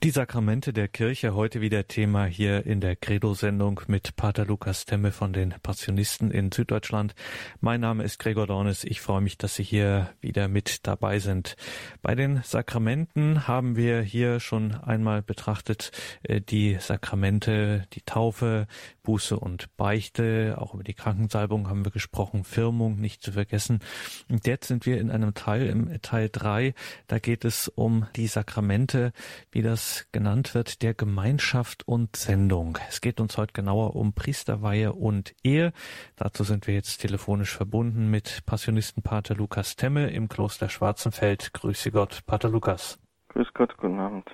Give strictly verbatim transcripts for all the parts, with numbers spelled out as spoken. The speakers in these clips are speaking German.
Die Sakramente der Kirche, heute wieder Thema hier in der Credo-Sendung mit Pater Lukas Temme von den Passionisten in Süddeutschland. Mein Name ist Gregor Dornis. Ich freue mich, dass Sie hier wieder mit dabei sind. Bei den Sakramenten haben wir hier schon einmal betrachtet die Sakramente, die Taufe, Buße und Beichte. Auch über die Krankensalbung haben wir gesprochen, Firmung nicht zu vergessen. Und jetzt sind wir in einem Teil, im Teil drei. Da geht es um die Sakramente, wie das genannt wird, der Gemeinschaft und Sendung. Es geht uns heute genauer um Priesterweihe und Ehe. Dazu sind wir jetzt telefonisch verbunden mit Passionistenpater Lukas Temme im Kloster Schwarzenfeld. Grüße Gott, Pater Lukas. Grüß Gott, guten Abend.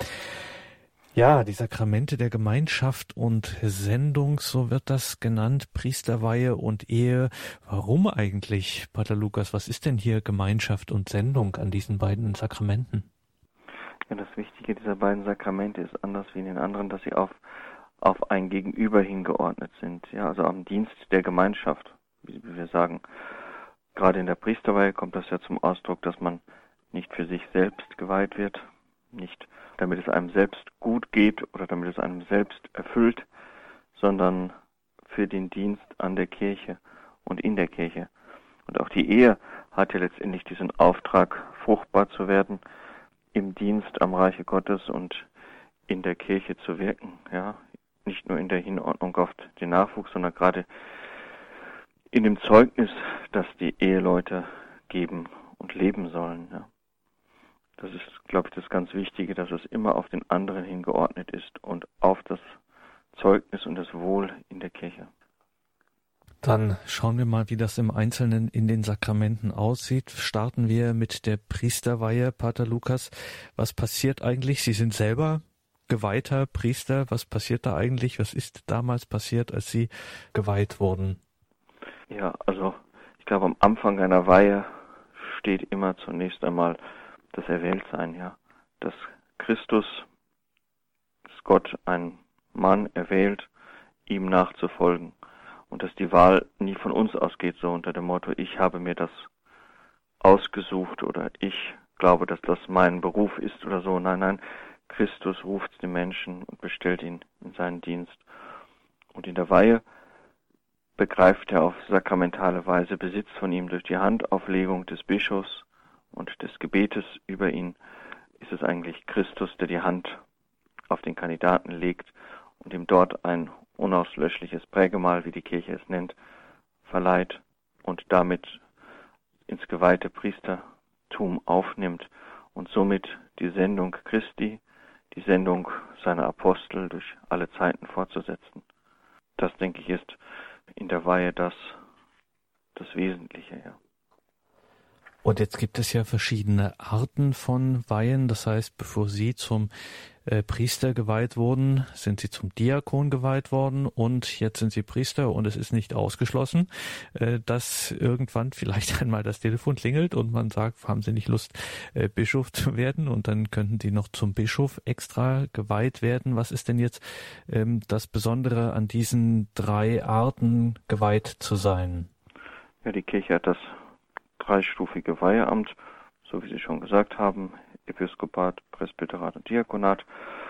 Ja, die Sakramente der Gemeinschaft und Sendung, so wird das genannt, Priesterweihe und Ehe. Warum eigentlich, Pater Lukas? Was ist denn hier Gemeinschaft und Sendung an diesen beiden Sakramenten? Ja, das Wichtige dieser beiden Sakramente ist anders wie in den anderen, dass sie auf, auf ein Gegenüber hingeordnet sind. Ja, also am Dienst der Gemeinschaft, wie wir sagen. Gerade in der Priesterweihe kommt das ja zum Ausdruck, dass man nicht für sich selbst geweiht wird, nicht damit es einem selbst gut geht oder damit es einem selbst erfüllt, sondern für den Dienst an der Kirche und in der Kirche. Und auch die Ehe hat ja letztendlich diesen Auftrag, fruchtbar zu werden, im Dienst am Reiche Gottes und in der Kirche zu wirken, ja, nicht nur in der Hinordnung auf den Nachwuchs, sondern gerade in dem Zeugnis, das die Eheleute geben und leben sollen, ja. Das ist, glaube ich, das ganz Wichtige, dass es immer auf den anderen hingeordnet ist und auf das Zeugnis und das Wohl in der Kirche. Dann schauen wir mal, wie das im Einzelnen in den Sakramenten aussieht. Starten wir mit der Priesterweihe, Pater Lukas. Was passiert eigentlich? Sie sind selber geweihter Priester. Was passiert da eigentlich? Was ist damals passiert, als Sie geweiht wurden? Ja, also ich glaube, am Anfang einer Weihe steht immer zunächst einmal das Erwähltsein, ja. Dass Christus, dass Gott einen Mann erwählt, ihm nachzufolgen. Und dass die Wahl nie von uns ausgeht, so unter dem Motto, ich habe mir das ausgesucht oder ich glaube, dass das mein Beruf ist oder so. Nein, nein, Christus ruft den Menschen und bestellt ihn in seinen Dienst. Und in der Weihe begreift er auf sakramentale Weise Besitz von ihm durch die Handauflegung des Bischofs und des Gebetes über ihn. Ist es eigentlich Christus, der die Hand auf den Kandidaten legt und ihm dort ein unauslöschliches Prägemal, wie die Kirche es nennt, verleiht und damit ins geweihte Priestertum aufnimmt und somit die Sendung Christi, die Sendung seiner Apostel durch alle Zeiten fortzusetzen. Das, denke ich, ist in der Weihe das, das Wesentliche, ja. Und jetzt gibt es ja verschiedene Arten von Weihen. Das heißt, bevor Sie zum äh, Priester geweiht wurden, sind Sie zum Diakon geweiht worden und jetzt sind Sie Priester und es ist nicht ausgeschlossen, äh, dass irgendwann vielleicht einmal das Telefon klingelt und man sagt, haben Sie nicht Lust, äh, Bischof zu werden? Und dann könnten Sie noch zum Bischof extra geweiht werden. Was ist denn jetzt ähm, das Besondere an diesen drei Arten, geweiht zu sein? Ja, die Kirche hat das dreistufige Weiheamt, so wie Sie schon gesagt haben, Episkopat, Presbyterat und Diakonat.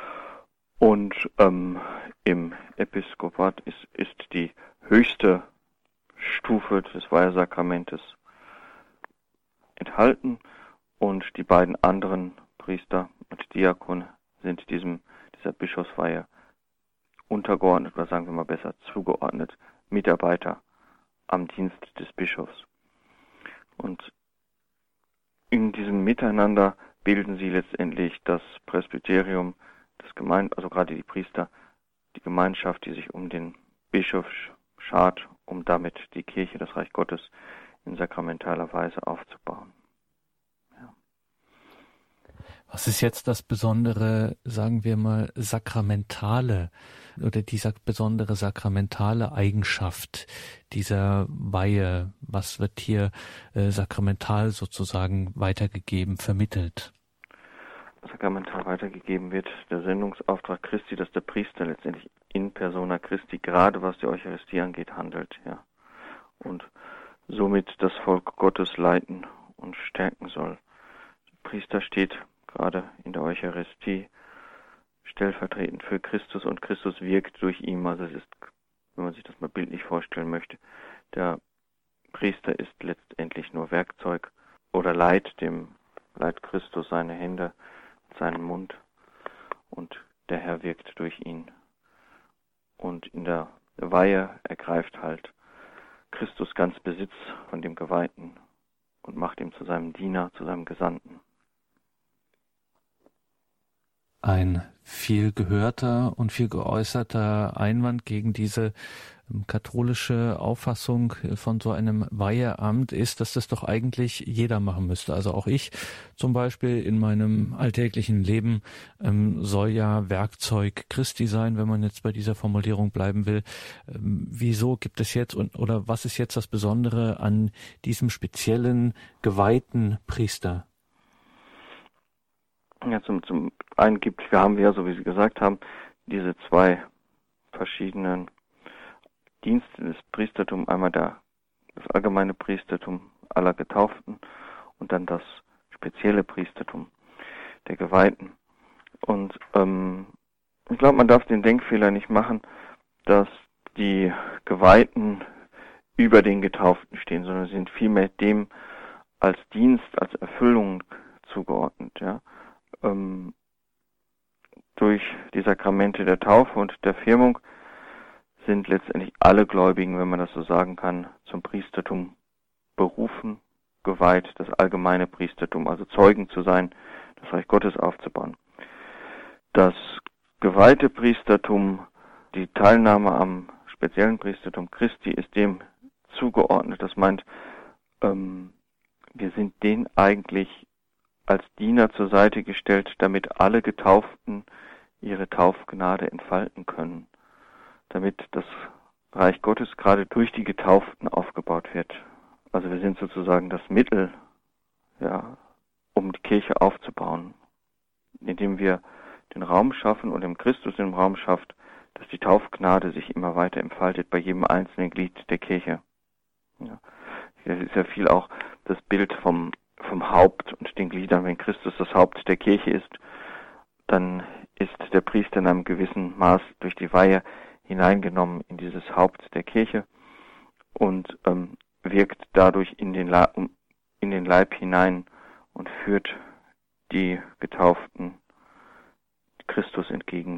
Und ähm, im Episkopat ist, ist die höchste Stufe des Weihesakramentes enthalten und die beiden anderen Priester und Diakon sind diesem dieser Bischofsweihe untergeordnet oder sagen wir mal besser zugeordnet, Mitarbeiter am Dienst des Bischofs. Und in diesem Miteinander bilden sie letztendlich das Presbyterium, das Gemein, also gerade die Priester, die Gemeinschaft, die sich um den Bischof schart, um damit die Kirche, das Reich Gottes in sakramentaler Weise aufzubauen. Ja. Was ist jetzt das besondere, sagen wir mal, sakramentale oder dieser besondere sakramentale Eigenschaft dieser Weihe? Was wird hier äh, sakramental sozusagen weitergegeben, vermittelt? Sakramental weitergegeben wird der Sendungsauftrag Christi, dass der Priester letztendlich in persona Christi, gerade was die Eucharistie angeht, handelt, ja. Und somit das Volk Gottes leiten und stärken soll. Der Priester steht gerade in der Eucharistie stellvertretend für Christus und Christus wirkt durch ihn. Also es ist, wenn man sich das mal bildlich vorstellen möchte, der Priester ist letztendlich nur Werkzeug oder leiht dem, leiht Christus seine Hände, seinen Mund und der Herr wirkt durch ihn. Und in der Weihe ergreift halt Christus ganz Besitz von dem Geweihten und macht ihn zu seinem Diener, zu seinem Gesandten. Ein viel gehörter und viel geäußerter Einwand gegen diese katholische Auffassung von so einem Weiheamt ist, dass das doch eigentlich jeder machen müsste. Also auch ich zum Beispiel in meinem alltäglichen Leben ähm, soll ja Werkzeug Christi sein, wenn man jetzt bei dieser Formulierung bleiben will. Ähm, wieso gibt es jetzt und oder was ist jetzt das Besondere an diesem speziellen geweihten Priester? Ja, zum, zum einen gibt, wir haben ja, so wie Sie gesagt haben, diese zwei verschiedenen Dienste des Priestertums, einmal der, das allgemeine Priestertum aller Getauften und dann das spezielle Priestertum der Geweihten. Und ähm, ich glaube, man darf den Denkfehler nicht machen, dass die Geweihten über den Getauften stehen, sondern sind vielmehr dem als Dienst, als Erfüllung zugeordnet, ja. Ähm, durch die Sakramente der Taufe und der Firmung sind letztendlich alle Gläubigen, wenn man das so sagen kann, zum Priestertum berufen, geweiht, das allgemeine Priestertum, also Zeugen zu sein, das Reich Gottes aufzubauen. Das geweihte Priestertum, die Teilnahme am speziellen Priestertum Christi ist dem zugeordnet. Das meint, ähm, wir sind denen eigentlich als Diener zur Seite gestellt, damit alle Getauften ihre Taufgnade entfalten können, damit das Reich Gottes gerade durch die Getauften aufgebaut wird. Also wir sind sozusagen das Mittel, ja, um die Kirche aufzubauen, indem wir den Raum schaffen und im Christus den Raum schafft, dass die Taufgnade sich immer weiter entfaltet bei jedem einzelnen Glied der Kirche. Ja. Das ist ja viel auch das Bild vom vom Haupt und den Gliedern. Wenn Christus das Haupt der Kirche ist, dann ist der Priester in einem gewissen Maß durch die Weihe hineingenommen in dieses Haupt der Kirche und ähm, wirkt dadurch in den, La- in den Leib hinein und führt die Getauften Christus entgegen.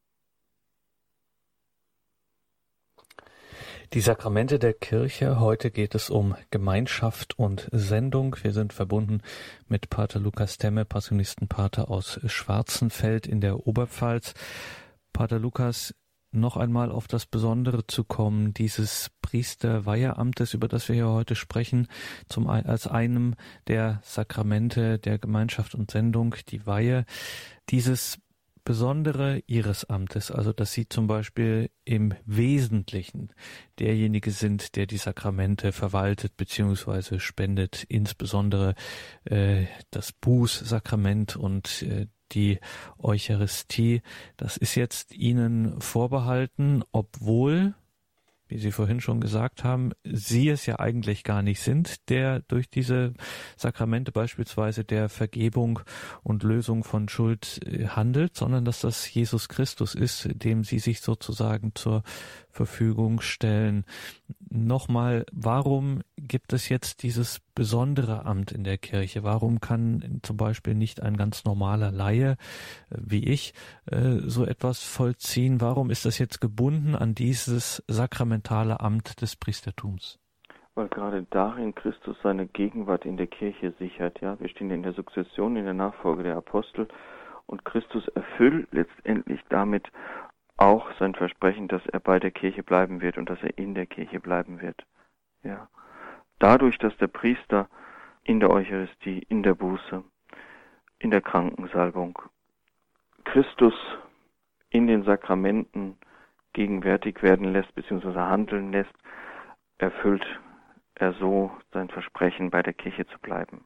Die Sakramente der Kirche. Heute geht es um Gemeinschaft und Sendung. Wir sind verbunden mit Pater Lukas Temme, Passionistenpater aus Schwarzenfeld in der Oberpfalz. Pater Lukas, noch einmal auf das Besondere zu kommen, dieses Priesterweiheamtes, über das wir hier heute sprechen, zum als einem der Sakramente der Gemeinschaft und Sendung, die Weihe, dieses Besondere ihres Amtes, also dass Sie zum Beispiel im Wesentlichen derjenige sind, der die Sakramente verwaltet bzw. spendet, insbesondere äh, das Bußsakrament und äh, die Eucharistie. Das ist jetzt Ihnen vorbehalten, obwohl, wie Sie vorhin schon gesagt haben, Sie es ja eigentlich gar nicht sind, der durch diese Sakramente beispielsweise der Vergebung und Lösung von Schuld handelt, sondern dass das Jesus Christus ist, dem Sie sich sozusagen zur Verfügung stellen. Nochmal, warum gibt es jetzt dieses besondere Amt in der Kirche? Warum kann zum Beispiel nicht ein ganz normaler Laie wie ich so etwas vollziehen? Warum ist das jetzt gebunden an dieses sakramentale Amt des Priestertums? Weil gerade darin Christus seine Gegenwart in der Kirche sichert. Ja, wir stehen in der Sukzession, in der Nachfolge der Apostel und Christus erfüllt letztendlich damit auch sein Versprechen, dass er bei der Kirche bleiben wird und dass er in der Kirche bleiben wird. Ja. Dadurch, dass der Priester in der Eucharistie, in der Buße, in der Krankensalbung Christus in den Sakramenten gegenwärtig werden lässt, beziehungsweise handeln lässt, erfüllt er so sein Versprechen, bei der Kirche zu bleiben.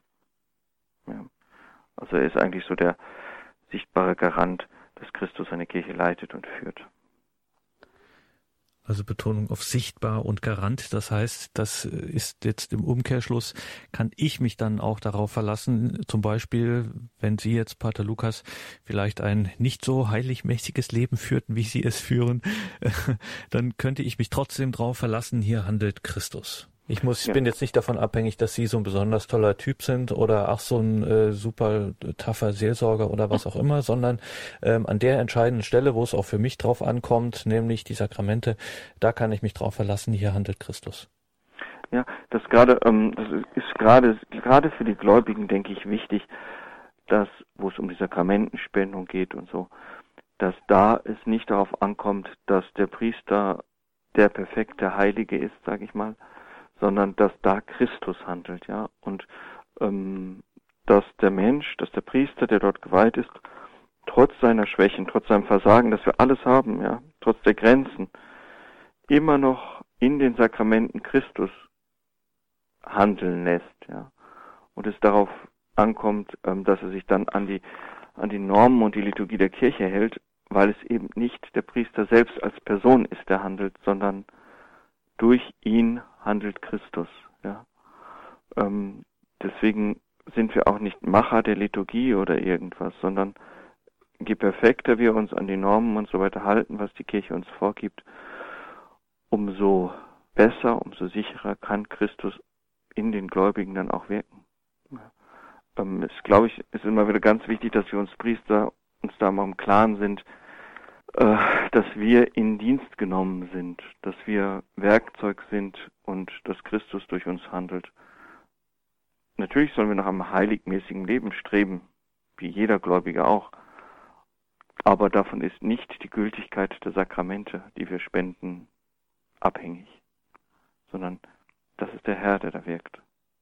Ja. Also er ist eigentlich so der sichtbare Garant, dass Christus seine Kirche leitet und führt. Also Betonung auf sichtbar und Garant. Das heißt, das ist jetzt im Umkehrschluss, kann ich mich dann auch darauf verlassen, zum Beispiel, wenn Sie jetzt, Pater Lukas, vielleicht ein nicht so heiligmäßiges Leben führten, wie Sie es führen, dann könnte ich mich trotzdem darauf verlassen, hier handelt Christus. Ich muss, ja. bin jetzt nicht davon abhängig, dass Sie so ein besonders toller Typ sind oder ach so ein äh, super tougher Seelsorger oder was auch immer, sondern ähm, an der entscheidenden Stelle, wo es auch für mich drauf ankommt, nämlich die Sakramente, da kann ich mich drauf verlassen, hier handelt Christus. Ja, das gerade, ähm, das ist gerade gerade für die Gläubigen, denke ich, wichtig, dass, wo es um die Sakramentenspendung geht und so, dass da es nicht darauf ankommt, dass der Priester der perfekte Heilige ist, sage ich mal, sondern dass da Christus handelt, ja, und ähm, dass der Mensch, dass der Priester, der dort geweiht ist, trotz seiner Schwächen, trotz seinem Versagen, dass wir alles haben, ja, trotz der Grenzen, immer noch in den Sakramenten Christus handeln lässt, ja, und es darauf ankommt, ähm, dass er sich dann an die an die Normen und die Liturgie der Kirche hält, weil es eben nicht der Priester selbst als Person ist, der handelt, sondern durch ihn handelt Christus. Ja. Ähm, deswegen sind wir auch nicht Macher der Liturgie oder irgendwas, sondern je perfekter wir uns an die Normen und so weiter halten, was die Kirche uns vorgibt, umso besser, umso sicherer kann Christus in den Gläubigen dann auch wirken. Ja. Ähm, es, glaube ich, ist immer wieder ganz wichtig, dass wir uns Priester uns da mal im Klaren sind, dass wir in Dienst genommen sind, dass wir Werkzeug sind und dass Christus durch uns handelt. Natürlich sollen wir nach einem heiligmäßigen Leben streben, wie jeder Gläubige auch, aber davon ist nicht die Gültigkeit der Sakramente, die wir spenden, abhängig, sondern das ist der Herr, der da wirkt.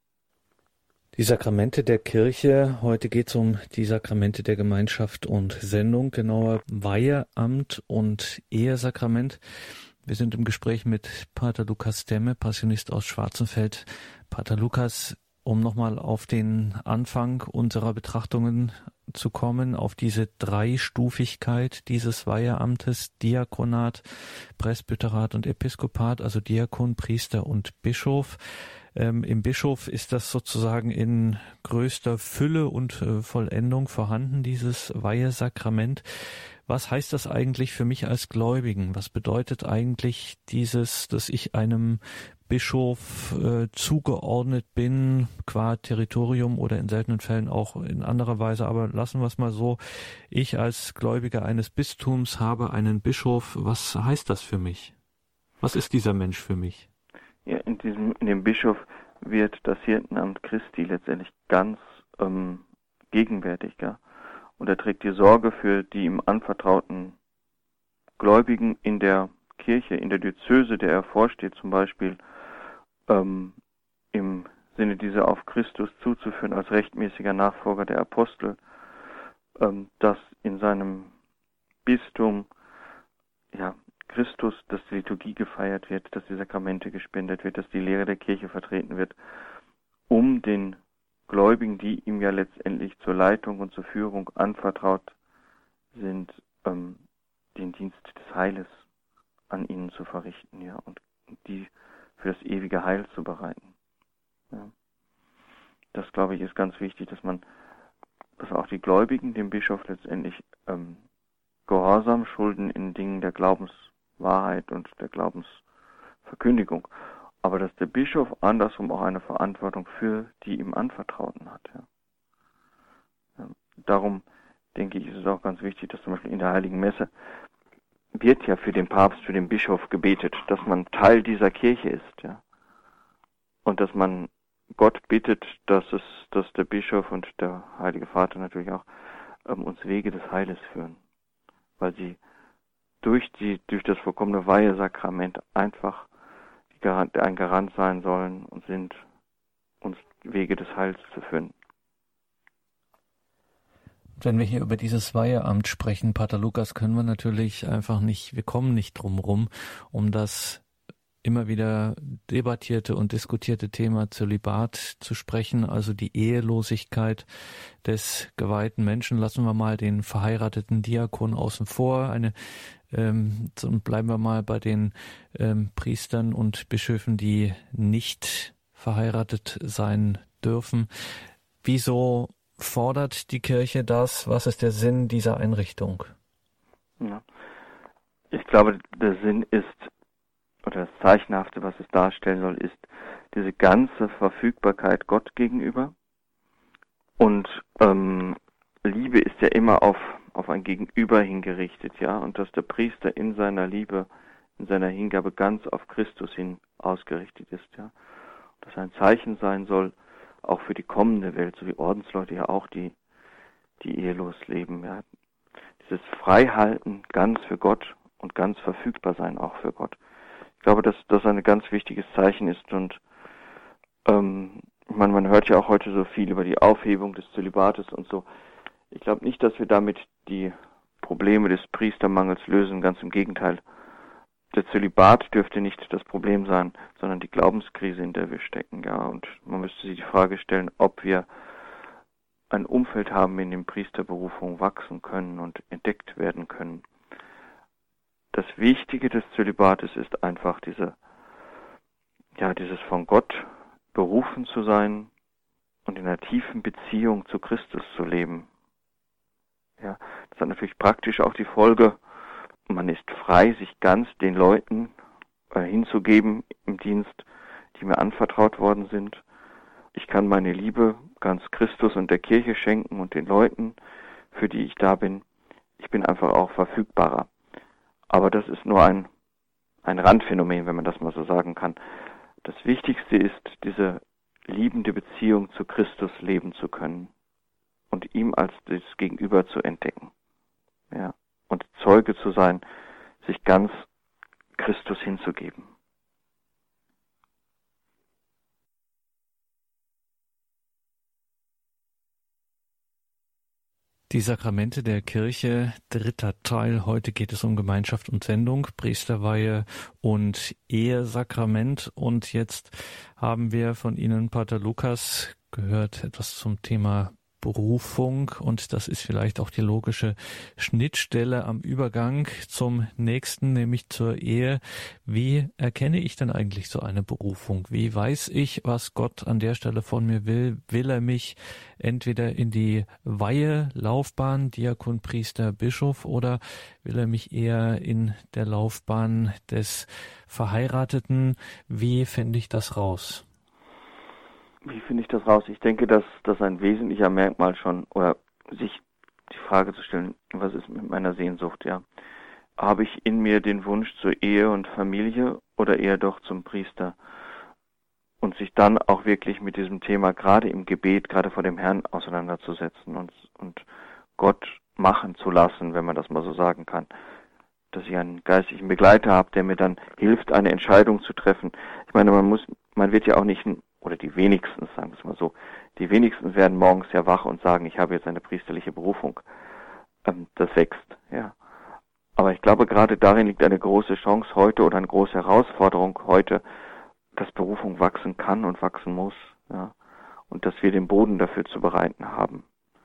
Die Sakramente der Kirche, heute geht es um die Sakramente der Gemeinschaft und Sendung, genauer Weiheamt und Ehesakrament. Wir sind im Gespräch mit Pater Lukas Temme, Passionist aus Schwarzenfeld. Pater Lukas, um nochmal auf den Anfang unserer Betrachtungen zu kommen, auf diese Dreistufigkeit dieses Weiheamtes, Diakonat, Presbyterat und Episkopat, also Diakon, Priester und Bischof. Ähm, Im Bischof ist das sozusagen in größter Fülle und äh, Vollendung vorhanden, dieses Weihesakrament. Was heißt das eigentlich für mich als Gläubigen? Was bedeutet eigentlich dieses, dass ich einem Bischof äh, zugeordnet bin, qua Territorium oder in seltenen Fällen auch in anderer Weise, aber lassen wir es mal so. Ich als Gläubiger eines Bistums habe einen Bischof. Was heißt das für mich? Was ist dieser Mensch für mich? Ja, in diesem, in dem Bischof wird das Hirtenamt Christi letztendlich ganz ähm, gegenwärtig, ja. Und er trägt die Sorge für die ihm anvertrauten Gläubigen in der Kirche, in der Diözese, der er vorsteht, zum Beispiel ähm, im Sinne dieser auf Christus zuzuführen als rechtmäßiger Nachfolger der Apostel, ähm, dass in seinem Bistum ja Christus, dass die Liturgie gefeiert wird, dass die Sakramente gespendet wird, dass die Lehre der Kirche vertreten wird, um den Gläubigen, die ihm ja letztendlich zur Leitung und zur Führung anvertraut sind, ähm, den Dienst des Heiles an ihnen zu verrichten, ja, und die für das ewige Heil zu bereiten. Ja. Das, glaube ich, ist ganz wichtig, dass man, dass auch die Gläubigen dem Bischof letztendlich ähm, Gehorsam schulden in Dingen der Glaubenswahrheit und der Glaubensverkündigung, aber dass der Bischof andersrum auch eine Verantwortung für die ihm Anvertrauten hat. Ja. Ja. Darum denke ich, ist es auch ganz wichtig, dass zum Beispiel in der Heiligen Messe wird ja für den Papst, für den Bischof gebetet, dass man Teil dieser Kirche ist, ja, und dass man Gott bittet, dass es, dass der Bischof und der Heilige Vater natürlich auch ähm, uns Wege des Heiles führen, weil sie durch die durch das vollkommene Weihesakrament einfach die Garant, ein Garant sein sollen und sind, uns Wege des Heils zu führen. Wenn wir hier über dieses Weiheamt sprechen, Pater Lukas, können wir natürlich einfach nicht, wir kommen nicht drum rum, um das immer wieder debattierte und diskutierte Thema Zölibat zu sprechen, also die Ehelosigkeit des geweihten Menschen. Lassen wir mal den verheirateten Diakon außen vor. Eine, ähm, bleiben wir mal bei den ähm, Priestern und Bischöfen, die nicht verheiratet sein dürfen. Wieso fordert die Kirche das? Was ist der Sinn dieser Einrichtung? Ja. Ich glaube, der Sinn ist, oder das Zeichenhafte, was es darstellen soll, ist diese ganze Verfügbarkeit Gott gegenüber. Und ähm, Liebe ist ja immer auf, auf ein Gegenüber hingerichtet, ja, und dass der Priester in seiner Liebe, in seiner Hingabe ganz auf Christus hin ausgerichtet ist, ja. Dass ein Zeichen sein soll, auch für die kommende Welt, so wie Ordensleute ja auch, die, die ehelos leben, ja. Dieses Freihalten ganz für Gott und ganz verfügbar sein auch für Gott. Ich glaube, dass das ein ganz wichtiges Zeichen ist und ähm, ich meine, man hört ja auch heute so viel über die Aufhebung des Zölibates und so. Ich glaube nicht, dass wir damit die Probleme des Priestermangels lösen, ganz im Gegenteil. Der Zölibat dürfte nicht das Problem sein, sondern die Glaubenskrise, in der wir stecken, ja. Und man müsste sich die Frage stellen, ob wir ein Umfeld haben, in dem Priesterberufung wachsen können und entdeckt werden können. Das Wichtige des Zölibates ist einfach diese, ja, dieses von Gott berufen zu sein und in einer tiefen Beziehung zu Christus zu leben. Ja, das hat natürlich praktisch auch die Folge, man ist frei, sich ganz den Leuten äh, hinzugeben im Dienst, die mir anvertraut worden sind. Ich kann meine Liebe ganz Christus und der Kirche schenken und den Leuten, für die ich da bin. Ich bin einfach auch verfügbarer. Aber das ist nur ein, ein Randphänomen, wenn man das mal so sagen kann. Das Wichtigste ist, diese liebende Beziehung zu Christus leben zu können und ihm als das Gegenüber zu entdecken. Ja, und Zeuge zu sein, sich ganz Christus hinzugeben. Die Sakramente der Kirche, dritter Teil. Heute geht es um Gemeinschaft und Sendung, Priesterweihe und Ehesakrament. Und jetzt haben wir von Ihnen, Pater Lukas, gehört etwas zum Thema Berufung. Und das ist vielleicht auch die logische Schnittstelle am Übergang zum nächsten, nämlich zur Ehe. Wie erkenne ich denn eigentlich so eine Berufung? Wie weiß ich, was Gott an der Stelle von mir will? Will er mich entweder in die Weihe, Laufbahn, Diakon, Priester, Bischof, oder will er mich eher in der Laufbahn des Verheirateten? Wie finde ich das raus? Wie finde ich das raus? Ich denke, dass das ein wesentlicher Merkmal schon, oder sich die Frage zu stellen, was ist mit meiner Sehnsucht, ja? Habe ich in mir den Wunsch zur Ehe und Familie oder eher doch zum Priester? Und sich dann auch wirklich mit diesem Thema gerade im Gebet, gerade vor dem Herrn auseinanderzusetzen und, und Gott machen zu lassen, wenn man das mal so sagen kann. Dass ich einen geistlichen Begleiter habe, der mir dann hilft, eine Entscheidung zu treffen. Ich meine, man muss, man wird ja auch nicht, oder die wenigsten, sagen wir es mal so, die wenigsten werden morgens ja wach und sagen, ich habe jetzt eine priesterliche Berufung. Ähm, das wächst, ja. Aber ich glaube, gerade darin liegt eine große Chance heute oder eine große Herausforderung heute, dass Berufung wachsen kann und wachsen muss, ja. Und dass wir den Boden dafür zu bereiten haben.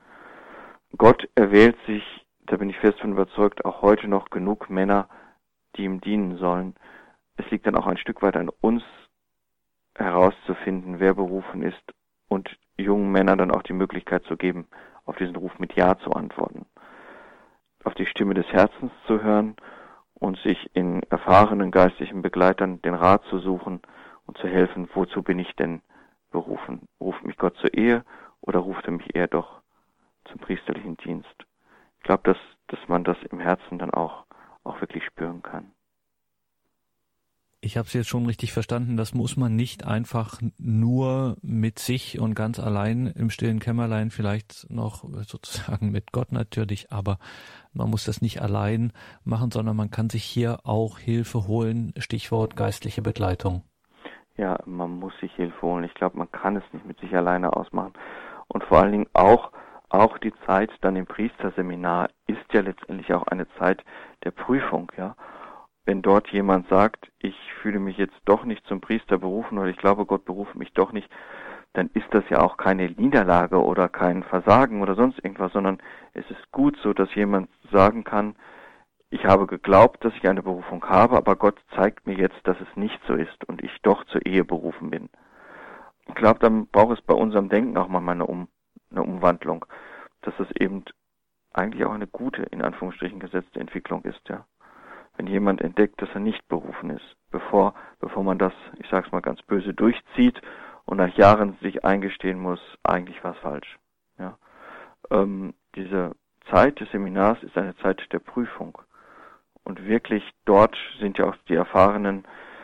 Gott erwählt sich, da bin ich fest von überzeugt, auch heute noch genug Männer, die ihm dienen sollen. Es liegt dann auch ein Stück weit an uns, herauszufinden, wer berufen ist und jungen Männern dann auch die Möglichkeit zu geben, auf diesen Ruf mit Ja zu antworten. Auf die Stimme des Herzens zu hören und sich in erfahrenen geistlichen Begleitern den Rat zu suchen und zu helfen, wozu bin ich denn berufen? Ruft mich Gott zur Ehe oder ruft er mich eher doch zum priesterlichen Dienst? Ich glaube, dass, dass man das im Herzen dann auch, auch wirklich spüren kann. Ich habe es jetzt schon richtig verstanden, das muss man nicht einfach nur mit sich und ganz allein im stillen Kämmerlein, vielleicht noch sozusagen mit Gott natürlich, aber man muss das nicht allein machen, sondern man kann sich hier auch Hilfe holen, Stichwort geistliche Begleitung. Ja, man muss sich Hilfe holen. Ich glaube, man kann es nicht mit sich alleine ausmachen. Und vor allen Dingen auch, auch die Zeit dann im Priesterseminar ist ja letztendlich auch eine Zeit der Prüfung, ja. wenn dort jemand sagt, ich fühle mich jetzt doch nicht zum Priester berufen oder ich glaube, Gott beruft mich doch nicht, dann ist das ja auch keine Niederlage oder kein Versagen oder sonst irgendwas, sondern es ist gut so, dass jemand sagen kann, ich habe geglaubt, dass ich eine Berufung habe, aber Gott zeigt mir jetzt, dass es nicht so ist und ich doch zur Ehe berufen bin. Ich glaube, dann braucht es bei unserem Denken auch mal eine, um, eine Umwandlung, dass es eben eigentlich auch eine gute, in Anführungsstrichen gesetzte Entwicklung ist, ja. Wenn jemand entdeckt, dass er nicht berufen ist, bevor, bevor man das, ich sag's mal ganz böse, durchzieht und nach Jahren sich eingestehen muss, eigentlich war es falsch, ja. Ähm, diese Zeit des Seminars ist eine Zeit der Prüfung. Und wirklich dort sind ja auch die erfahrenen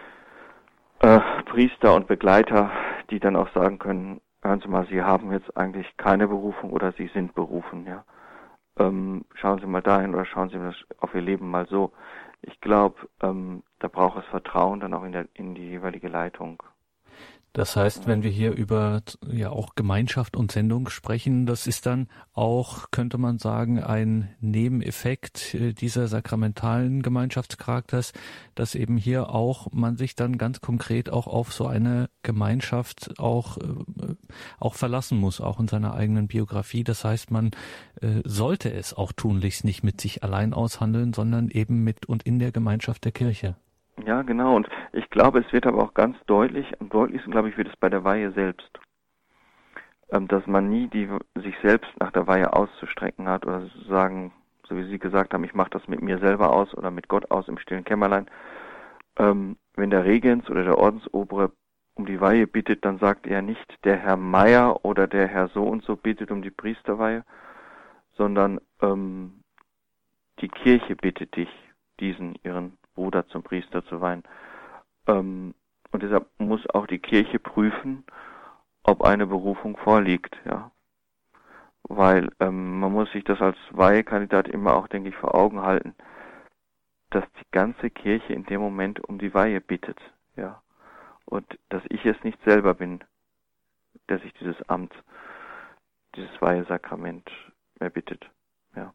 äh, Priester und Begleiter, die dann auch sagen können, hören Sie mal, Sie haben jetzt eigentlich keine Berufung oder Sie sind berufen, ja. Ähm, schauen Sie mal dahin oder schauen Sie mal auf Ihr Leben mal so. Ich glaube, ähm, da braucht es Vertrauen dann auch in, der, in die jeweilige Leitung. Das heißt, wenn wir hier über ja auch Gemeinschaft und Sendung sprechen, das ist dann auch, könnte man sagen, ein Nebeneffekt dieser sakramentalen Gemeinschaftscharakters, dass eben hier auch man sich dann ganz konkret auch auf so eine Gemeinschaft auch auch verlassen muss, auch in seiner eigenen Biografie. Das heißt, man äh, sollte es auch tunlichst nicht mit sich allein aushandeln, sondern eben mit und in der Gemeinschaft der Kirche. Ja, genau. Und ich glaube, es wird aber auch ganz deutlich, am deutlichsten, glaube ich, wird es bei der Weihe selbst, ähm, dass man nie die sich selbst nach der Weihe auszustrecken hat oder sagen, so wie Sie gesagt haben, ich mache das mit mir selber aus oder mit Gott aus im stillen Kämmerlein. Ähm, wenn der Regens oder der Ordensobere um die Weihe bittet, dann sagt er nicht, der Herr Meier oder der Herr so und so bittet um die Priesterweihe, sondern ähm, die Kirche bittet dich, diesen ihren Bruder zum Priester zu weihen. Ähm, und deshalb muss auch die Kirche prüfen, ob eine Berufung vorliegt, ja. Weil ähm, man muss sich das als Weihekandidat immer auch, denke ich, vor Augen halten, dass die ganze Kirche in dem Moment um die Weihe bittet, ja. Und dass ich es nicht selber bin, der sich dieses Amt, dieses Weihesakrament erbittet, ja.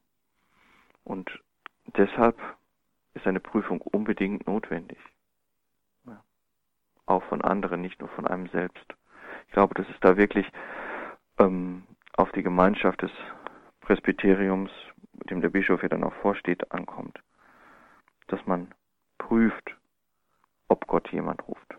Und deshalb ist eine Prüfung unbedingt notwendig. Ja. Auch von anderen, nicht nur von einem selbst. Ich glaube, dass es da wirklich ähm, auf die Gemeinschaft des Presbyteriums, dem der Bischof ja dann auch vorsteht, ankommt. Dass man prüft, ob Gott jemand ruft.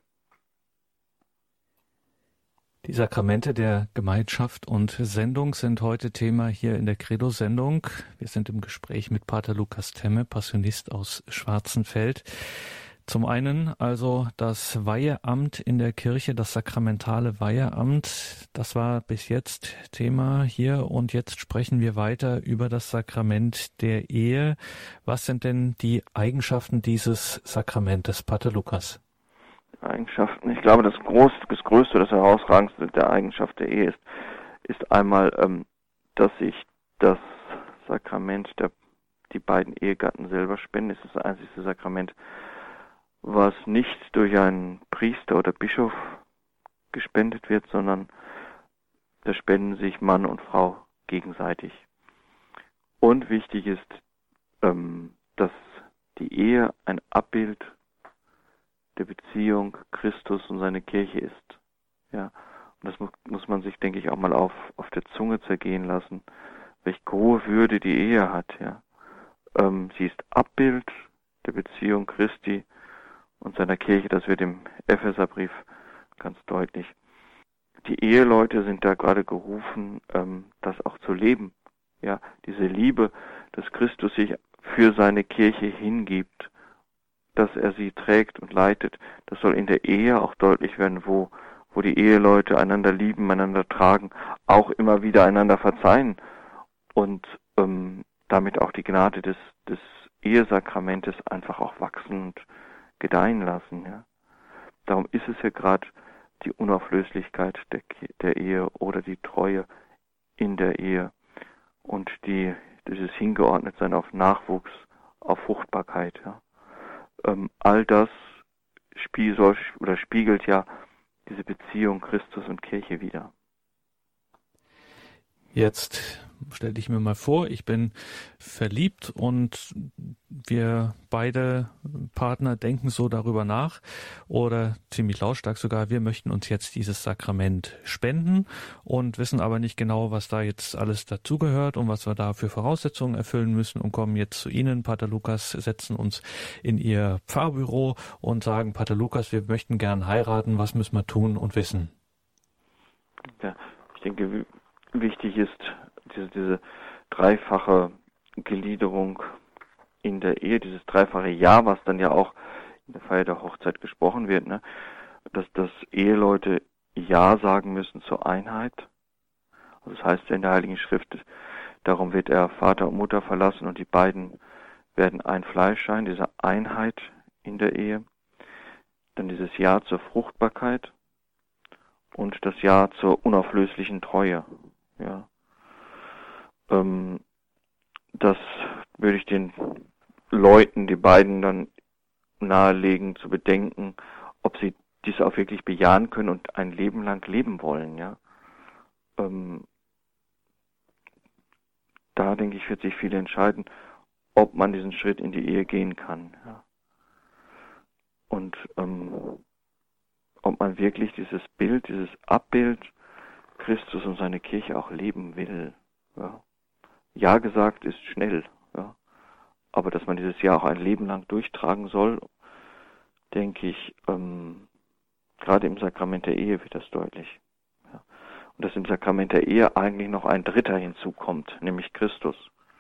Die Sakramente der Gemeinschaft und Sendung sind heute Thema hier in der Credo-Sendung. Wir sind im Gespräch mit Pater Lukas Temme, Passionist aus Schwarzenfeld. Zum einen also das Weiheamt in der Kirche, das sakramentale Weiheamt. Das war bis jetzt Thema hier und jetzt sprechen wir weiter über das Sakrament der Ehe. Was sind denn die Eigenschaften dieses Sakramentes, Pater Lukas? Eigenschaften. Ich glaube, das, Groß, das Größte, das Herausragendste der Eigenschaft der Ehe ist, ist einmal, ähm, dass sich das Sakrament der die beiden Ehegatten selber spenden. Es ist das einzige Sakrament, was nicht durch einen Priester oder Bischof gespendet wird, sondern da spenden sich Mann und Frau gegenseitig. Und wichtig ist, ähm, dass die Ehe ein Abbild der Beziehung Christus und seine Kirche ist. Ja, und das muss, muss man sich, denke ich, auch mal auf, auf der Zunge zergehen lassen, welch hohe Würde die Ehe hat. Ja, ähm, sie ist Abbild der Beziehung Christi und seiner Kirche. Das wird im Epheserbrief ganz deutlich. Die Eheleute sind da gerade gerufen, ähm, das auch zu leben. Ja, diese Liebe, dass Christus sich für seine Kirche hingibt, dass er sie trägt und leitet. Das soll in der Ehe auch deutlich werden, wo, wo die Eheleute einander lieben, einander tragen, auch immer wieder einander verzeihen und ähm, damit auch die Gnade des, des Ehesakramentes einfach auch wachsen und gedeihen lassen. Ja. Darum ist es ja gerade die Unauflöslichkeit der, der Ehe oder die Treue in der Ehe und die, dieses Hingeordnetsein auf Nachwuchs, auf Fruchtbarkeit, ja. Ähm, all das spie- soll, oder spiegelt ja diese Beziehung Christus und Kirche wider. Jetzt stell dich mir mal vor, ich bin verliebt und wir beide Partner denken so darüber nach oder ziemlich lautstark sogar, wir möchten uns jetzt dieses Sakrament spenden und wissen aber nicht genau, was da jetzt alles dazugehört und was wir da für Voraussetzungen erfüllen müssen und kommen jetzt zu Ihnen, Pater Lukas, setzen uns in Ihr Pfarrbüro und sagen, Pater Lukas, wir möchten gern heiraten, was müssen wir tun und wissen? Ja, ich denke, wichtig ist diese, diese dreifache Gliederung in der Ehe, dieses dreifache Ja, was dann ja auch in der Feier der Hochzeit gesprochen wird, ne? Dass, dass Eheleute Ja sagen müssen zur Einheit. Also das heißt ja in der Heiligen Schrift, darum wird er Vater und Mutter verlassen und die beiden werden ein Fleisch sein, diese Einheit in der Ehe. Dann dieses Ja zur Fruchtbarkeit und das Ja zur unauflöslichen Treue. Ja. Ähm, das würde ich den Leuten, die beiden dann nahelegen, zu bedenken, ob sie dies auch wirklich bejahen können und ein Leben lang leben wollen. Ja. Ähm, da denke ich, wird sich viel entscheiden, ob man diesen Schritt in die Ehe gehen kann. Ja. Und ähm, ob man wirklich dieses Bild, dieses Abbild Christus und seine Kirche auch leben will. Ja, ja gesagt ist schnell, ja. Aber dass man dieses Ja auch ein Leben lang durchtragen soll, denke ich, ähm, gerade im Sakrament der Ehe wird das deutlich. Ja. Und dass im Sakrament der Ehe eigentlich noch ein Dritter hinzukommt, nämlich Christus.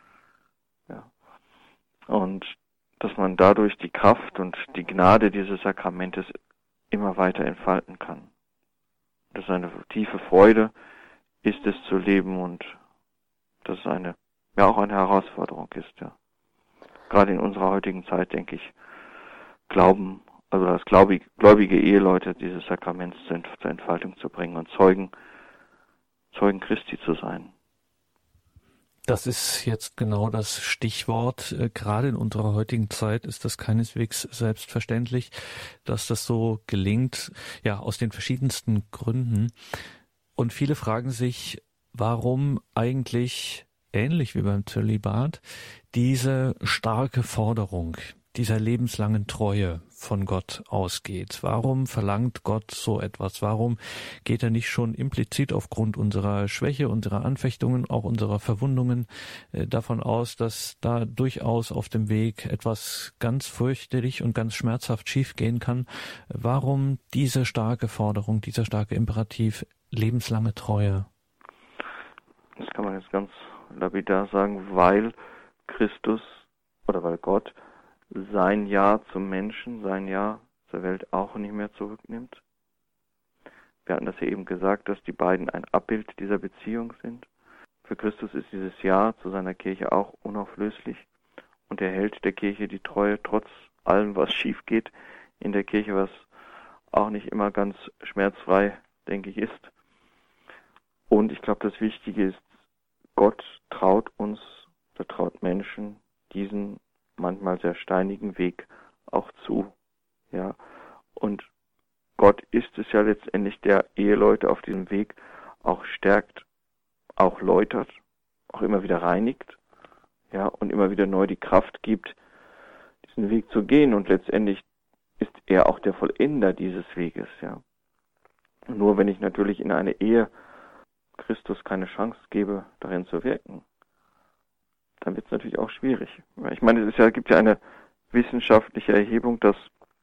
Ja. Und dass man dadurch die Kraft und die Gnade dieses Sakramentes immer weiter entfalten kann. Das ist eine tiefe Freude, ist es zu leben und dass es eine, ja auch eine Herausforderung ist, ja. Gerade in unserer heutigen Zeit, denke ich, glauben, also als gläubige, gläubige Eheleute dieses Sakrament zur Entfaltung zu bringen und Zeugen, Zeugen Christi zu sein. Das ist jetzt genau das Stichwort. Gerade in unserer heutigen Zeit ist das keineswegs selbstverständlich, dass das so gelingt, ja, aus den verschiedensten Gründen. Und viele fragen sich, warum eigentlich, ähnlich wie beim Zölibat, diese starke Forderung dieser lebenslangen Treue von Gott ausgeht. Warum verlangt Gott so etwas? Warum geht er nicht schon implizit aufgrund unserer Schwäche, unserer Anfechtungen, auch unserer Verwundungen äh, davon aus, dass da durchaus auf dem Weg etwas ganz fürchterlich und ganz schmerzhaft schiefgehen kann? Warum diese starke Forderung, dieser starke Imperativ, lebenslange Treue? Das kann man jetzt ganz lapidar sagen, weil Christus oder weil Gott sein Ja zum Menschen, sein Ja zur Welt auch nicht mehr zurücknimmt. Wir hatten das ja eben gesagt, dass die beiden ein Abbild dieser Beziehung sind. Für Christus ist dieses Ja zu seiner Kirche auch unauflöslich und er hält der Kirche die Treue trotz allem, was schief geht in der Kirche, was auch nicht immer ganz schmerzfrei, denke ich, ist. Und ich glaube, das Wichtige ist, Gott traut uns, er traut Menschen diesen manchmal sehr steinigen Weg auch zu, ja. Und Gott ist es ja letztendlich, der Eheleute auf diesem Weg auch stärkt, auch läutert, auch immer wieder reinigt, ja, und immer wieder neu die Kraft gibt, diesen Weg zu gehen. Und letztendlich ist er auch der Vollender dieses Weges, ja. Nur wenn ich natürlich in eine Ehe Christus keine Chance gebe, darin zu wirken, dann wird es natürlich auch schwierig. Ich meine, es ist ja, gibt ja eine wissenschaftliche Erhebung, dass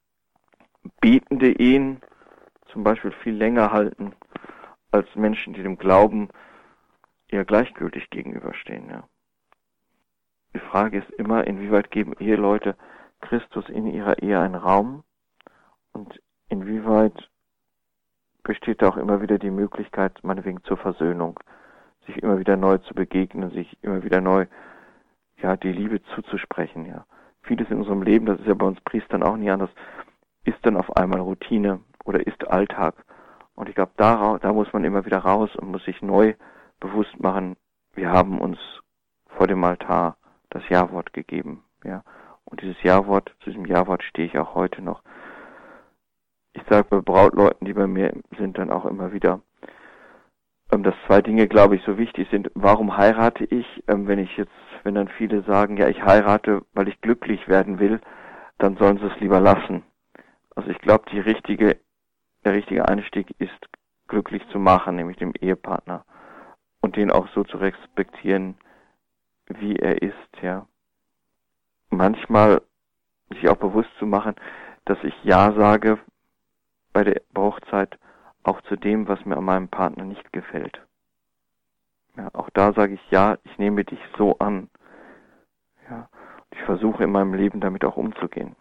betende Ehen zum Beispiel viel länger halten als Menschen, die dem Glauben eher gleichgültig gegenüberstehen. Ja. Die Frage ist immer, inwieweit geben Eheleute Christus in ihrer Ehe einen Raum und inwieweit besteht da auch immer wieder die Möglichkeit, meinetwegen zur Versöhnung, sich immer wieder neu zu begegnen, sich immer wieder neu ja, die Liebe zuzusprechen, ja. Vieles in unserem Leben, das ist ja bei uns Priestern auch nie anders, ist dann auf einmal Routine oder ist Alltag. Und ich glaube, da, da muss man immer wieder raus und muss sich neu bewusst machen, wir haben uns vor dem Altar das Ja-Wort gegeben, ja. Und dieses Ja-Wort, zu diesem Ja-Wort stehe ich auch heute noch. Ich sage bei Brautleuten, die bei mir sind, dann auch immer wieder, dass zwei Dinge, glaube ich, so wichtig sind. Warum heirate ich, wenn ich jetzt wenn dann viele sagen, ja, ich heirate, weil ich glücklich werden will, dann sollen sie es lieber lassen. Also ich glaube, die richtige, der richtige Einstieg ist, glücklich zu machen, nämlich dem Ehepartner. Und den auch so zu respektieren, wie er ist, ja. Manchmal sich auch bewusst zu machen, dass ich Ja sage bei der Hochzeit auch zu dem, was mir an meinem Partner nicht gefällt. Ja, auch da sage ich ja, ich nehme dich so an. Ja, ich versuche in meinem Leben damit auch umzugehen.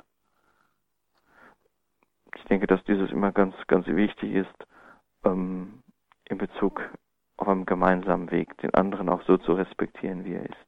Ich denke, dass dieses immer ganz, ganz wichtig ist, ähm, in Bezug auf einen gemeinsamen Weg, den anderen auch so zu respektieren, wie er ist.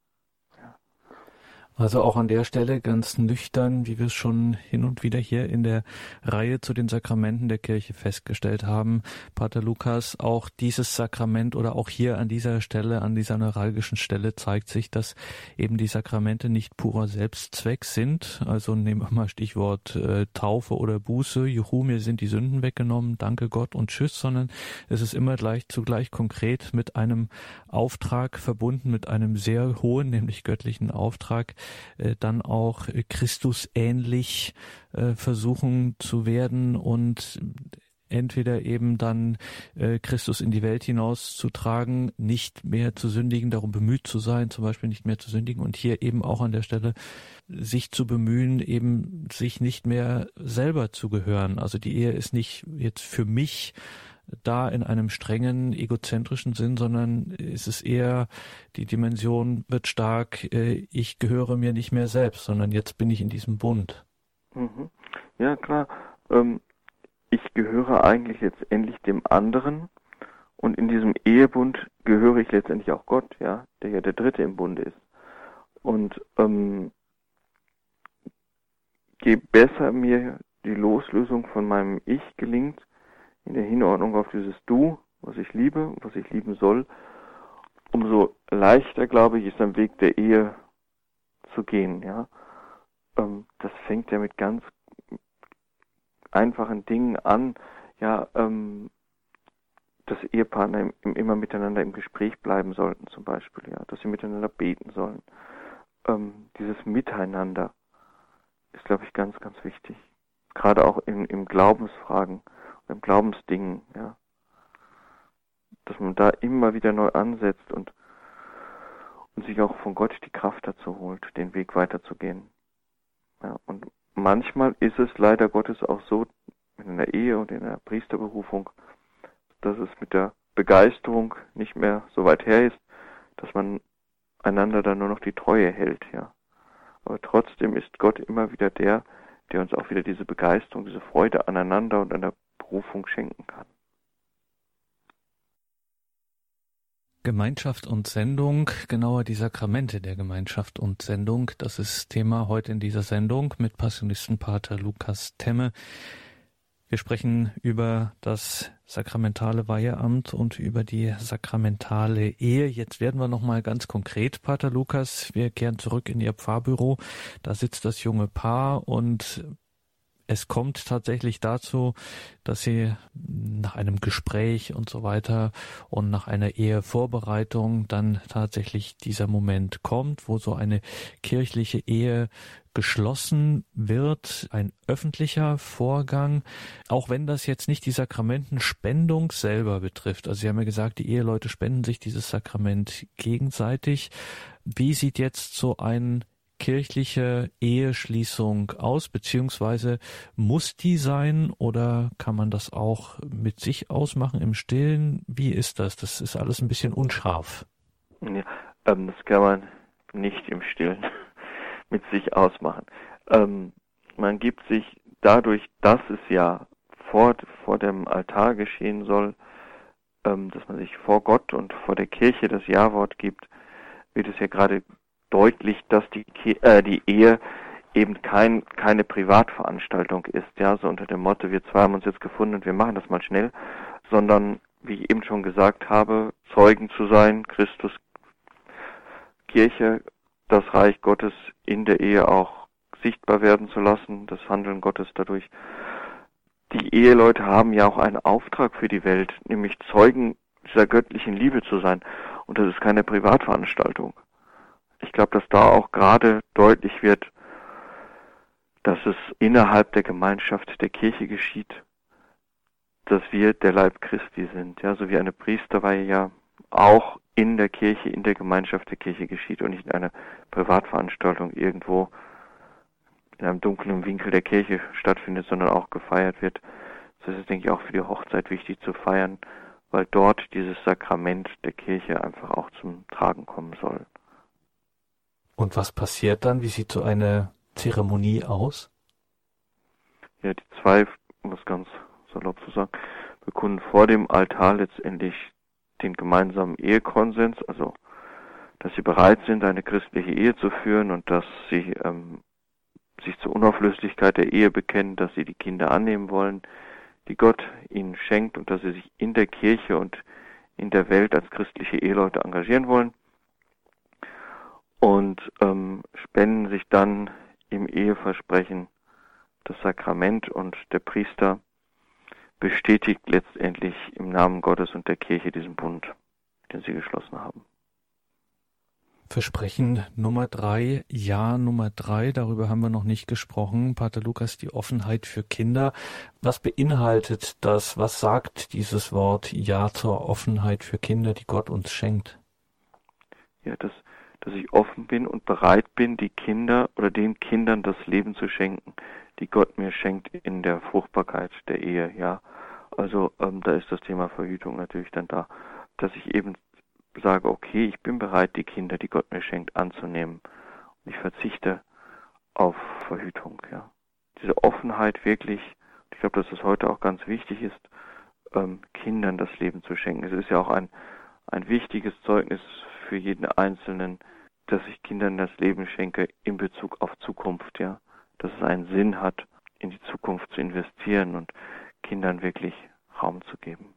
Also auch an der Stelle ganz nüchtern, wie wir es schon hin und wieder hier in der Reihe zu den Sakramenten der Kirche festgestellt haben, Pater Lukas, auch dieses Sakrament oder auch hier an dieser Stelle, an dieser neuralgischen Stelle zeigt sich, dass eben die Sakramente nicht purer Selbstzweck sind. Also nehmen wir mal Stichwort äh, Taufe oder Buße, juhu, mir sind die Sünden weggenommen, danke Gott und tschüss, sondern es ist immer gleich zugleich konkret mit einem Auftrag verbunden, mit einem sehr hohen, nämlich göttlichen Auftrag, dann auch Christus ähnlich äh, versuchen zu werden und entweder eben dann äh, Christus in die Welt hinauszutragen, nicht mehr zu sündigen, darum bemüht zu sein, zum Beispiel nicht mehr zu sündigen und hier eben auch an der Stelle sich zu bemühen, eben sich nicht mehr selber zu gehören. Also die Ehe ist nicht jetzt für mich da in einem strengen, egozentrischen Sinn, sondern es ist eher, die Dimension wird stark, äh, ich gehöre mir nicht mehr selbst, sondern jetzt bin ich in diesem Bund. Mhm. Ja, klar. Ähm, ich gehöre eigentlich letztendlich dem anderen und in diesem Ehebund gehöre ich letztendlich auch Gott, ja, der ja der Dritte im Bunde ist. Und ähm, je besser mir die Loslösung von meinem Ich gelingt, in der Hinordnung auf dieses Du, was ich liebe, was ich lieben soll, umso leichter, glaube ich, ist am Weg der Ehe zu gehen, ja. Ähm, das fängt ja mit ganz einfachen Dingen an, ja, ähm, dass Ehepartner im, im, immer miteinander im Gespräch bleiben sollten, zum Beispiel, ja, dass sie miteinander beten sollen. Ähm, dieses Miteinander ist, glaube ich, ganz, ganz wichtig. Gerade auch in, im Glaubensfragen, im Glaubensdingen, ja. Dass man da immer wieder neu ansetzt und, und sich auch von Gott die Kraft dazu holt, den Weg weiterzugehen. Ja, und manchmal ist es leider Gottes auch so, in der Ehe und in der Priesterberufung, dass es mit der Begeisterung nicht mehr so weit her ist, dass man einander dann nur noch die Treue hält, ja. Aber trotzdem ist Gott immer wieder der, der uns auch wieder diese Begeisterung, diese Freude aneinander und an der Berufung schenken kann. Gemeinschaft und Sendung, genauer die Sakramente der Gemeinschaft und Sendung, das ist Thema heute in dieser Sendung mit Passionistenpater Lukas Temme. Wir sprechen über das sakramentale Weiheamt und über die sakramentale Ehe. Jetzt werden wir nochmal ganz konkret, Pater Lukas. Wir kehren zurück in Ihr Pfarrbüro. Da sitzt das junge Paar und es kommt tatsächlich dazu, dass Sie nach einem Gespräch und so weiter und nach einer Ehevorbereitung dann tatsächlich dieser Moment kommt, wo so eine kirchliche Ehe geschlossen wird, ein öffentlicher Vorgang, auch wenn das jetzt nicht die Sakramentenspendung selber betrifft. Also Sie haben ja gesagt, die Eheleute spenden sich dieses Sakrament gegenseitig. Wie sieht jetzt so ein kirchliche Eheschließung aus, beziehungsweise muss die sein oder kann man das auch mit sich ausmachen im Stillen? Wie ist das? Das ist alles ein bisschen unscharf. Ja, ähm, das kann man nicht im Stillen mit sich ausmachen. Ähm, man gibt sich dadurch, dass es ja vor, vor dem Altar geschehen soll, ähm, dass man sich vor Gott und vor der Kirche das Ja-Wort gibt, wird es ja gerade deutlich, dass die, äh, die Ehe eben kein, keine Privatveranstaltung ist, ja, so unter dem Motto, wir zwei haben uns jetzt gefunden und wir machen das mal schnell, sondern, wie ich eben schon gesagt habe, Zeugen zu sein, Christus, Kirche, das Reich Gottes in der Ehe auch sichtbar werden zu lassen, das Handeln Gottes dadurch. Die Eheleute haben ja auch einen Auftrag für die Welt, nämlich Zeugen dieser göttlichen Liebe zu sein, und das ist keine Privatveranstaltung. ich glaube, dass da auch gerade deutlich wird, dass es innerhalb der Gemeinschaft der Kirche geschieht, dass wir der Leib Christi sind. Ja, so wie eine Priesterweihe ja auch in der Kirche, in der Gemeinschaft der Kirche geschieht und nicht in einer Privatveranstaltung irgendwo in einem dunklen Winkel der Kirche stattfindet, sondern auch gefeiert wird. So ist es, denke ich, auch für die Hochzeit wichtig zu feiern, weil dort dieses Sakrament der Kirche einfach auch zum Tragen kommen soll. Und was passiert dann? Wie sieht so eine Zeremonie aus? Ja, die zwei, um es ganz salopp zu sagen, bekunden vor dem Altar letztendlich den gemeinsamen Ehekonsens, also dass sie bereit sind, eine christliche Ehe zu führen und dass sie ähm, sich zur Unauflöslichkeit der Ehe bekennen, dass sie die Kinder annehmen wollen, die Gott ihnen schenkt und dass sie sich in der Kirche und in der Welt als christliche Eheleute engagieren wollen und ähm, spenden sich dann im Eheversprechen das Sakrament und der Priester bestätigt letztendlich im Namen Gottes und der Kirche diesen Bund, den sie geschlossen haben. Versprechen Nummer drei, Ja Nummer drei, darüber haben wir noch nicht gesprochen. Pater Lukas, die Offenheit für Kinder. Was beinhaltet das? Was sagt dieses Wort Ja zur Offenheit für Kinder, die Gott uns schenkt? Ja, dass, dass ich offen bin und bereit bin, die Kinder oder den Kindern das Leben zu schenken, die Gott mir schenkt in der Fruchtbarkeit der Ehe. Ja, also ähm, da ist das Thema Verhütung natürlich dann da, dass ich eben sage, okay, ich bin bereit, die Kinder, die Gott mir schenkt, anzunehmen. Und ich verzichte auf Verhütung, ja. Diese Offenheit wirklich, ich glaube, dass es heute auch ganz wichtig ist, ähm, Kindern das Leben zu schenken. Es ist ja auch ein, ein wichtiges Zeugnis für jeden Einzelnen, dass ich Kindern das Leben schenke in Bezug auf Zukunft, ja. Dass es einen Sinn hat, in die Zukunft zu investieren und Kindern wirklich Raum zu geben.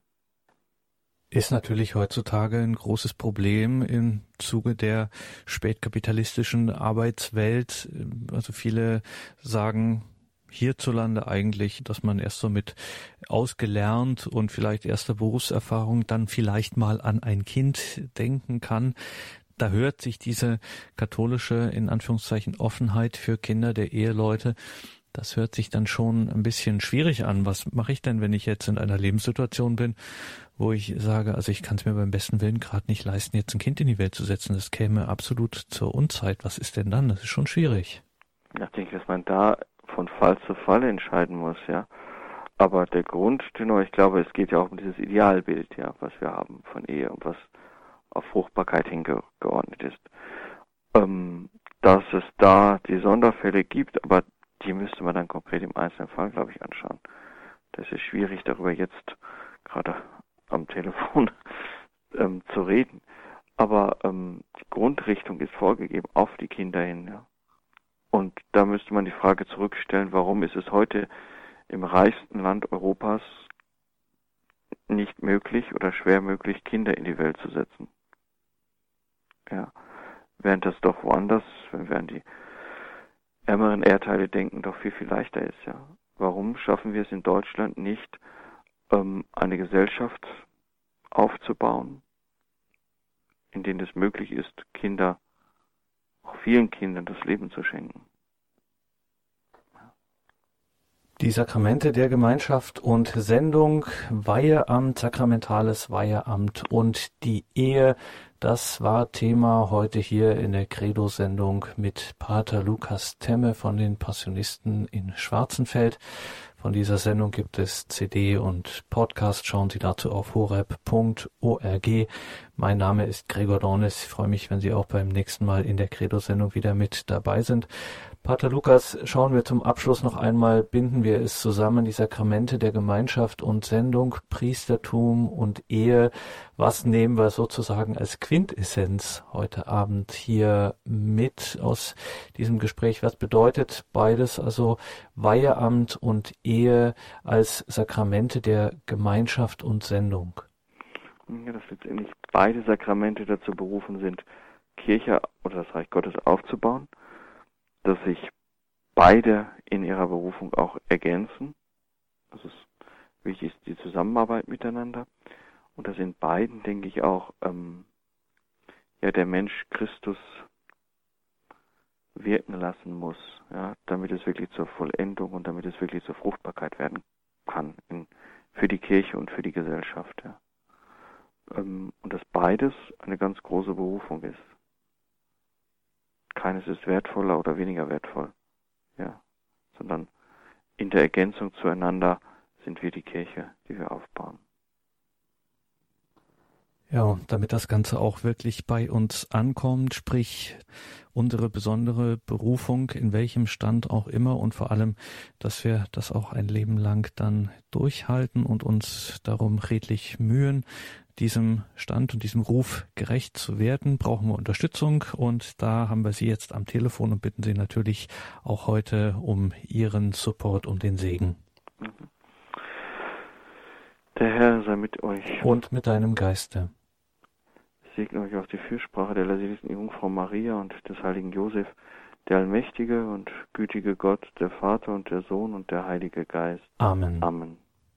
Ist natürlich heutzutage ein großes Problem im Zuge der spätkapitalistischen Arbeitswelt. Also viele sagen hierzulande eigentlich, dass man erst so mit ausgelernt und vielleicht erster Berufserfahrung dann vielleicht mal an ein Kind denken kann. Da hört sich diese katholische, in Anführungszeichen, Offenheit für Kinder der Eheleute, das hört sich dann schon ein bisschen schwierig an. Was mache ich denn, wenn ich jetzt in einer Lebenssituation bin, wo ich sage, also ich kann es mir beim besten Willen gerade nicht leisten, jetzt ein Kind in die Welt zu setzen. Das käme absolut zur Unzeit. Was ist denn dann? Das ist schon schwierig. Ja, ich denke, dass man da von Fall zu Fall entscheiden muss, ja. Aber der Grundtenor, ich glaube, es geht ja auch um dieses Idealbild, ja, was wir haben von Ehe und was auf Fruchtbarkeit hingeordnet ist. Ähm, dass es da die Sonderfälle gibt, aber die müsste man dann konkret im einzelnen Fall, glaube ich, anschauen. Das ist schwierig, darüber jetzt gerade am Telefon ähm, zu reden. Aber ähm, die Grundrichtung ist vorgegeben auf die Kinder hin. Ja. Und da müsste man die Frage zurückstellen, warum ist es heute im reichsten Land Europas nicht möglich oder schwer möglich, Kinder in die Welt zu setzen? Ja, während das doch woanders, wenn wir an die ärmeren Erdteile denken, doch viel, viel leichter ist, ja. Warum schaffen wir es in Deutschland nicht, ähm, eine Gesellschaft aufzubauen, in denen es möglich ist, Kinder, auch vielen Kindern das Leben zu schenken? Die Sakramente der Gemeinschaft und Sendung, Weiheamt, sakramentales Weiheamt und die Ehe, das war Thema heute hier in der Credo-Sendung mit Pater Lukas Temme von den Passionisten in Schwarzenfeld. Von dieser Sendung gibt es C D und Podcast. Schauen Sie dazu auf horeb punkt org. Mein Name ist Gregor Dornis. Ich freue mich, wenn Sie auch beim nächsten Mal in der Credo-Sendung wieder mit dabei sind. Pater Lukas, schauen wir zum Abschluss noch einmal, binden wir es zusammen, die Sakramente der Gemeinschaft und Sendung, Priestertum und Ehe. Was nehmen wir sozusagen als Quintessenz heute Abend hier mit aus diesem Gespräch? Was bedeutet beides, also Weiheamt und Ehe als Sakramente der Gemeinschaft und Sendung? Ja, dass letztendlich beide Sakramente dazu berufen sind, Kirche oder das Reich Gottes aufzubauen, dass sich beide in ihrer Berufung auch ergänzen. Das ist wichtig, ist die Zusammenarbeit miteinander. Und dass in beiden, denke ich, auch ähm, ja der Mensch Christus wirken lassen muss, ja, damit es wirklich zur Vollendung und damit es wirklich zur Fruchtbarkeit werden kann in, für die Kirche und für die Gesellschaft. Ja. Ähm, und dass beides eine ganz große Berufung ist. Keines ist wertvoller oder weniger wertvoll, ja, sondern in der Ergänzung zueinander sind wir die Kirche, die wir aufbauen. Ja, damit das Ganze auch wirklich bei uns ankommt, sprich unsere besondere Berufung, in welchem Stand auch immer und vor allem, dass wir das auch ein Leben lang dann durchhalten und uns darum redlich mühen, diesem Stand und diesem Ruf gerecht zu werden, brauchen wir Unterstützung und da haben wir Sie jetzt am Telefon und bitten Sie natürlich auch heute um Ihren Support und den Segen. Der Herr sei mit euch. Und mit deinem Geiste. Segne euch auf die Fürsprache der seligsten Jungfrau Maria und des heiligen Josef, der allmächtige und gütige Gott, der Vater und der Sohn und der Heilige Geist. Amen. Amen.